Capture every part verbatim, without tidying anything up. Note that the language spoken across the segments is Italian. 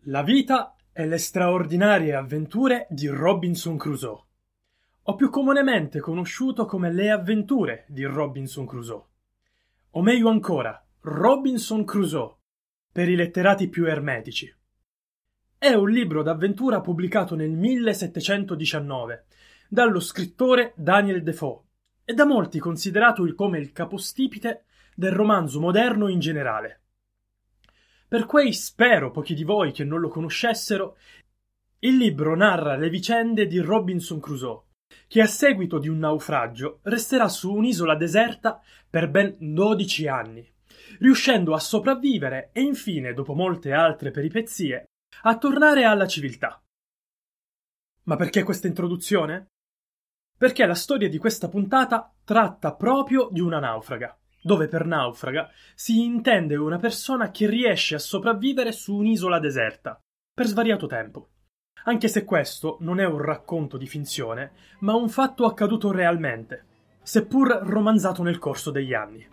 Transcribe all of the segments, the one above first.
La vita e le straordinarie avventure di Robinson Crusoe, o più comunemente conosciuto come Le avventure di Robinson Crusoe, o meglio ancora, Robinson Crusoe, per i letterati più ermetici. È un libro d'avventura pubblicato nel millesettecentodiciannove dallo scrittore Daniel Defoe e da molti considerato il- come il capostipite del romanzo moderno in generale. Per quei, spero, pochi di voi che non lo conoscessero, il libro narra le vicende di Robinson Crusoe, che a seguito di un naufragio resterà su un'isola deserta per ben dodici anni, riuscendo a sopravvivere e infine, dopo molte altre peripezie, a tornare alla civiltà. Ma perché questa introduzione? Perché la storia di questa puntata tratta proprio di una naufraga, dove per naufraga si intende una persona che riesce a sopravvivere su un'isola deserta, per svariato tempo. Anche se questo non è un racconto di finzione, ma un fatto accaduto realmente, seppur romanzato nel corso degli anni.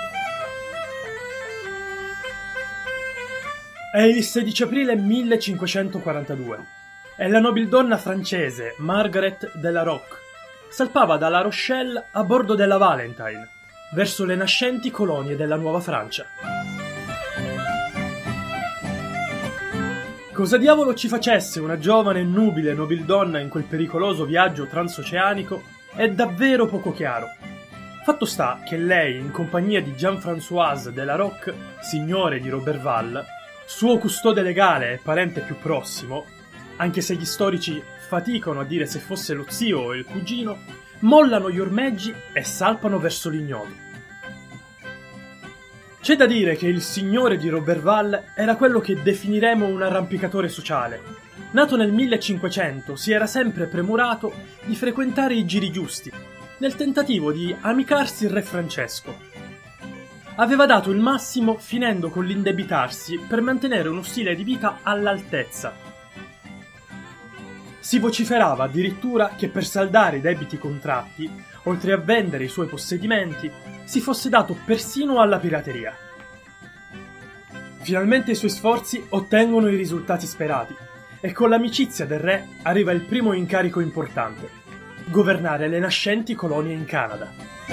È il sedici aprile millecinquecentoquarantadue e la nobildonna francese Margaret de la Roque salpava da La Rochelle a bordo della Valentine, verso le nascenti colonie della Nuova Francia. Cosa diavolo ci facesse una giovane e nubile nobildonna in quel pericoloso viaggio transoceanico è davvero poco chiaro. Fatto sta che lei, in compagnia di Jean-François de la Roque, signore di Roberval, suo custode legale e parente più prossimo, anche se gli storici faticano a dire se fosse lo zio o il cugino, mollano gli ormeggi e salpano verso l'ignoto. C'è da dire che il signore di Roberval era quello che definiremo un arrampicatore sociale. Nato nel millecinquecento, si era sempre premurato di frequentare i giri giusti, nel tentativo di amicarsi il re Francesco. Aveva dato il massimo finendo con l'indebitarsi per mantenere uno stile di vita all'altezza. Si vociferava addirittura che per saldare i debiti contratti, oltre a vendere i suoi possedimenti, si fosse dato persino alla pirateria. Finalmente i suoi sforzi ottengono i risultati sperati e con l'amicizia del re arriva il primo incarico importante: governare le nascenti colonie in Canada.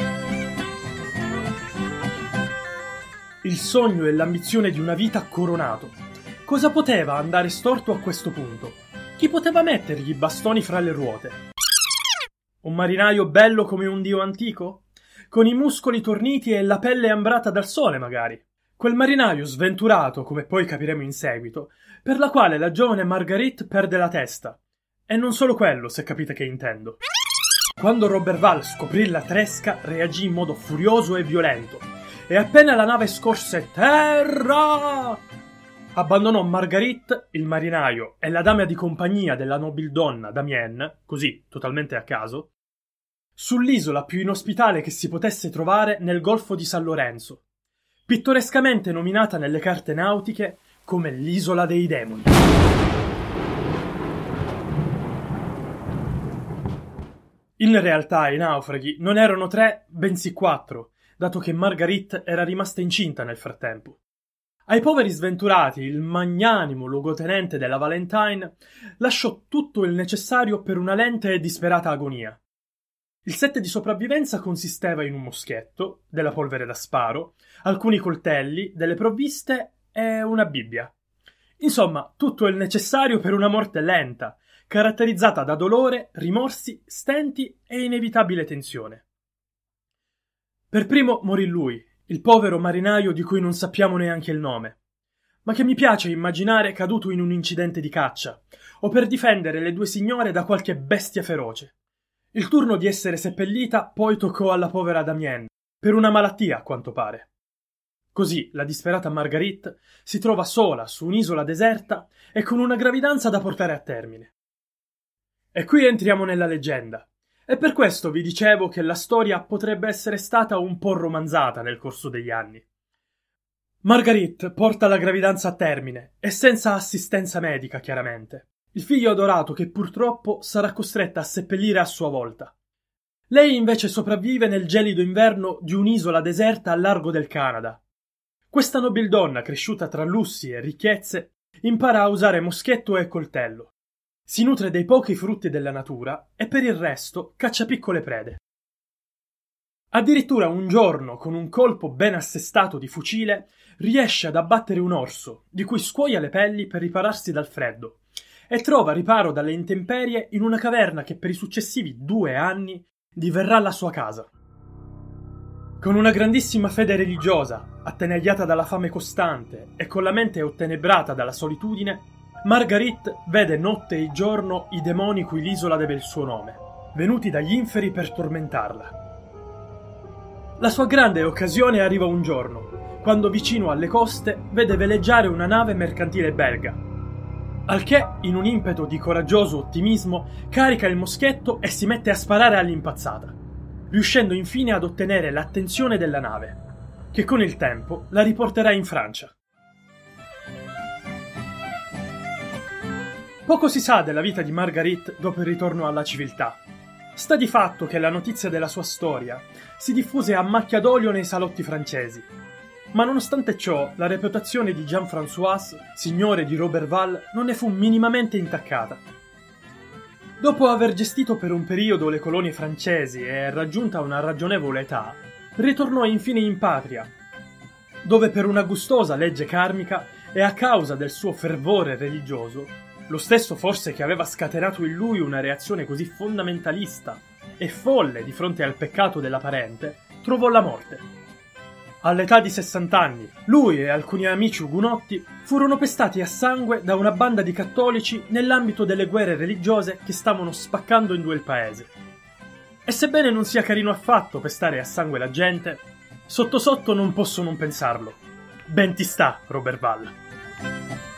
Il sogno e l'ambizione di una vita coronato. Cosa poteva andare storto a questo punto? Chi poteva mettergli i bastoni fra le ruote? Un marinaio bello come un dio antico? Con i muscoli torniti e la pelle ambrata dal sole, magari. Quel marinaio sventurato, come poi capiremo in seguito, per la quale la giovane Marguerite perde la testa. E non solo quello, se capite che intendo. Quando Roberval scoprì la tresca, reagì in modo furioso e violento, e appena la nave scorse terra, abbandonò Marguerite, il marinaio, e la dama di compagnia della nobildonna Damienne, così, totalmente a caso, sull'isola più inospitale che si potesse trovare nel Golfo di San Lorenzo, pittorescamente nominata nelle carte nautiche come l'Isola dei Demoni. In realtà i naufraghi non erano tre, bensì quattro, dato che Marguerite era rimasta incinta nel frattempo. Ai poveri sventurati il magnanimo luogotenente della Valentine lasciò tutto il necessario per una lenta e disperata agonia. Il set di sopravvivenza consisteva in un moschetto, della polvere da sparo, alcuni coltelli, delle provviste e una Bibbia. Insomma, tutto il necessario per una morte lenta, caratterizzata da dolore, rimorsi, stenti e inevitabile tensione. Per primo morì lui, il povero marinaio di cui non sappiamo neanche il nome, ma che mi piace immaginare caduto in un incidente di caccia, o per difendere le due signore da qualche bestia feroce. Il turno di essere seppellita poi toccò alla povera Damienne, per una malattia a quanto pare. Così la disperata Marguerite si trova sola su un'isola deserta e con una gravidanza da portare a termine. E qui entriamo nella leggenda. E per questo vi dicevo che la storia potrebbe essere stata un po' romanzata nel corso degli anni. Marguerite porta la gravidanza a termine e senza assistenza medica, chiaramente. Il figlio adorato che purtroppo sarà costretta a seppellire a sua volta. Lei invece sopravvive nel gelido inverno di un'isola deserta al largo del Canada. Questa nobildonna, cresciuta tra lussi e ricchezze, impara a usare moschetto e coltello. Si nutre dei pochi frutti della natura e per il resto caccia piccole prede. Addirittura un giorno, con un colpo ben assestato di fucile, riesce ad abbattere un orso, di cui scuoia le pelli per ripararsi dal freddo, e trova riparo dalle intemperie in una caverna che per i successivi due anni diverrà la sua casa. Con una grandissima fede religiosa, attenagliata dalla fame costante e con la mente ottenebrata dalla solitudine, Marguerite vede notte e giorno i demoni cui l'isola deve il suo nome, venuti dagli inferi per tormentarla. La sua grande occasione arriva un giorno, quando vicino alle coste vede veleggiare una nave mercantile belga. Al che, in un impeto di coraggioso ottimismo, carica il moschetto e si mette a sparare all'impazzata, riuscendo infine ad ottenere l'attenzione della nave, che con il tempo la riporterà in Francia. Poco si sa della vita di Marguerite dopo il ritorno alla civiltà. Sta di fatto che la notizia della sua storia si diffuse a macchia d'olio nei salotti francesi, ma nonostante ciò la reputazione di Jean-François, signore di Roberval, non ne fu minimamente intaccata. Dopo aver gestito per un periodo le colonie francesi e raggiunta una ragionevole età, ritornò infine in patria, dove per una gustosa legge karmica e a causa del suo fervore religioso, lo stesso forse che aveva scatenato in lui una reazione così fondamentalista e folle di fronte al peccato della parente, trovò la morte. All'età di sessanta anni, lui e alcuni amici ugonotti furono pestati a sangue da una banda di cattolici nell'ambito delle guerre religiose che stavano spaccando in due il paese. E sebbene non sia carino affatto pestare a sangue la gente, sotto sotto non posso non pensarlo. Ben ti sta, Roberval.